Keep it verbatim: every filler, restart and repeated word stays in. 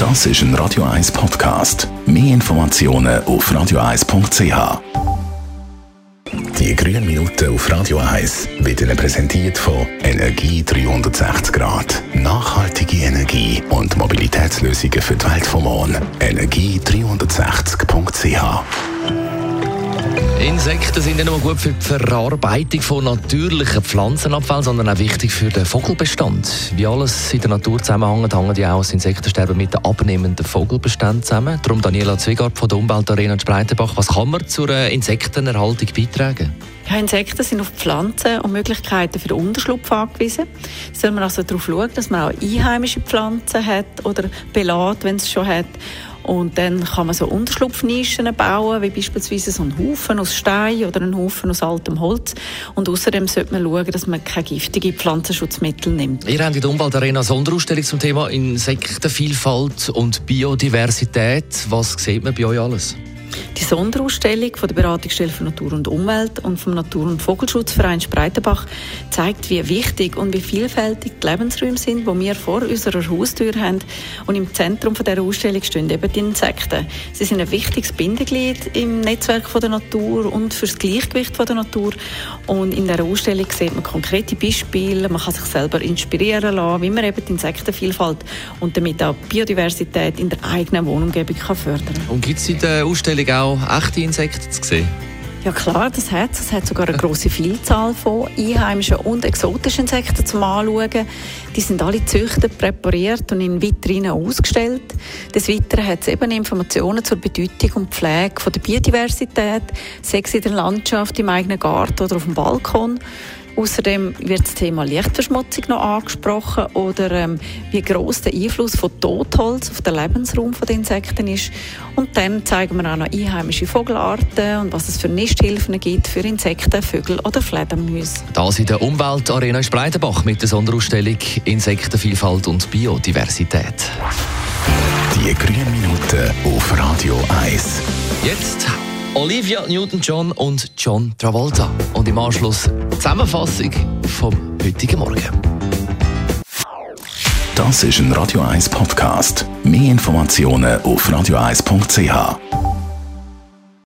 Das ist ein Radio eins Podcast. Mehr Informationen auf radio eins punkt c h. Die grünen Minuten auf Radio eins werden Ihnen präsentiert von Energie dreihundertsechzig Grad. Nachhaltige Energie und Mobilitätslösungen für die Welt vom Morgen. energie dreihundertsechzig punkt c h. Insekten sind nicht nur gut für die Verarbeitung von natürlichen Pflanzenabfällen, sondern auch wichtig für den Vogelbestand. Wie alles in der Natur zusammenhängt, hängen ja auch das Insektensterben mit den abnehmenden Vogelbeständen zusammen. Darum Daniela Zwigart von der Umweltarena in Spreitenbach. Was kann man zur Insektenerhaltung beitragen? Ja, Insekten sind auf Pflanzen und Möglichkeiten für den Unterschlupf angewiesen. Da soll man also darauf schauen, dass man auch einheimische Pflanzen hat oder belässt, wenn es schon hat. Und dann kann man so Unterschlupfnischen bauen, wie beispielsweise so einen Haufen aus Stein oder einen Haufen aus altem Holz. Und außerdem sollte man schauen, dass man keine giftigen Pflanzenschutzmittel nimmt. Ihr habt in der Umweltarena eine Sonderausstellung zum Thema Insektenvielfalt und Biodiversität. Was sieht man bei euch alles? Die Sonderausstellung von der Beratungsstelle für Natur und Umwelt und vom Natur- und Vogelschutzverein Spreitenbach zeigt, wie wichtig und wie vielfältig die Lebensräume sind, die wir vor unserer Haustür haben. Und im Zentrum dieser Ausstellung stehen eben die Insekten. Sie sind ein wichtiges Bindeglied im Netzwerk der Natur und für das Gleichgewicht der Natur. Und in dieser Ausstellung sieht man konkrete Beispiele, man kann sich selber inspirieren lassen, wie man eben die Insektenvielfalt und damit auch die Biodiversität in der eigenen Wohnumgebung kann fördern kann. Und gibt es in der Ausstellung auch echte Insekten zu sehen? Ja klar, das hat es. Es hat sogar eine grosse Vielzahl von einheimischen und exotischen Insekten zum Anschauen. Die sind alle gezüchtet, präpariert und in Vitrinen ausgestellt. Des Weiteren hat es eben Informationen zur Bedeutung und Pflege von der Biodiversität, sei es in der Landschaft, im eigenen Garten oder auf dem Balkon. Außerdem wird das Thema Lichtverschmutzung noch angesprochen oder ähm, wie gross der Einfluss von Totholz auf den Lebensraum der Insekten ist. Und dann zeigen wir auch noch einheimische Vogelarten und was es für Nisthilfen gibt für Insekten, Vögel oder Fledermäuse. Das in der Umweltarena in Spreitenbach mit der Sonderausstellung Insektenvielfalt und Biodiversität. Die grünen Minuten auf Radio eins. Jetzt Olivia Newton-John und John Travolta. Und im Anschluss die Zusammenfassung vom heutigen Morgen. Das ist ein Radio eins Podcast. Mehr Informationen auf radio eins punkt c h.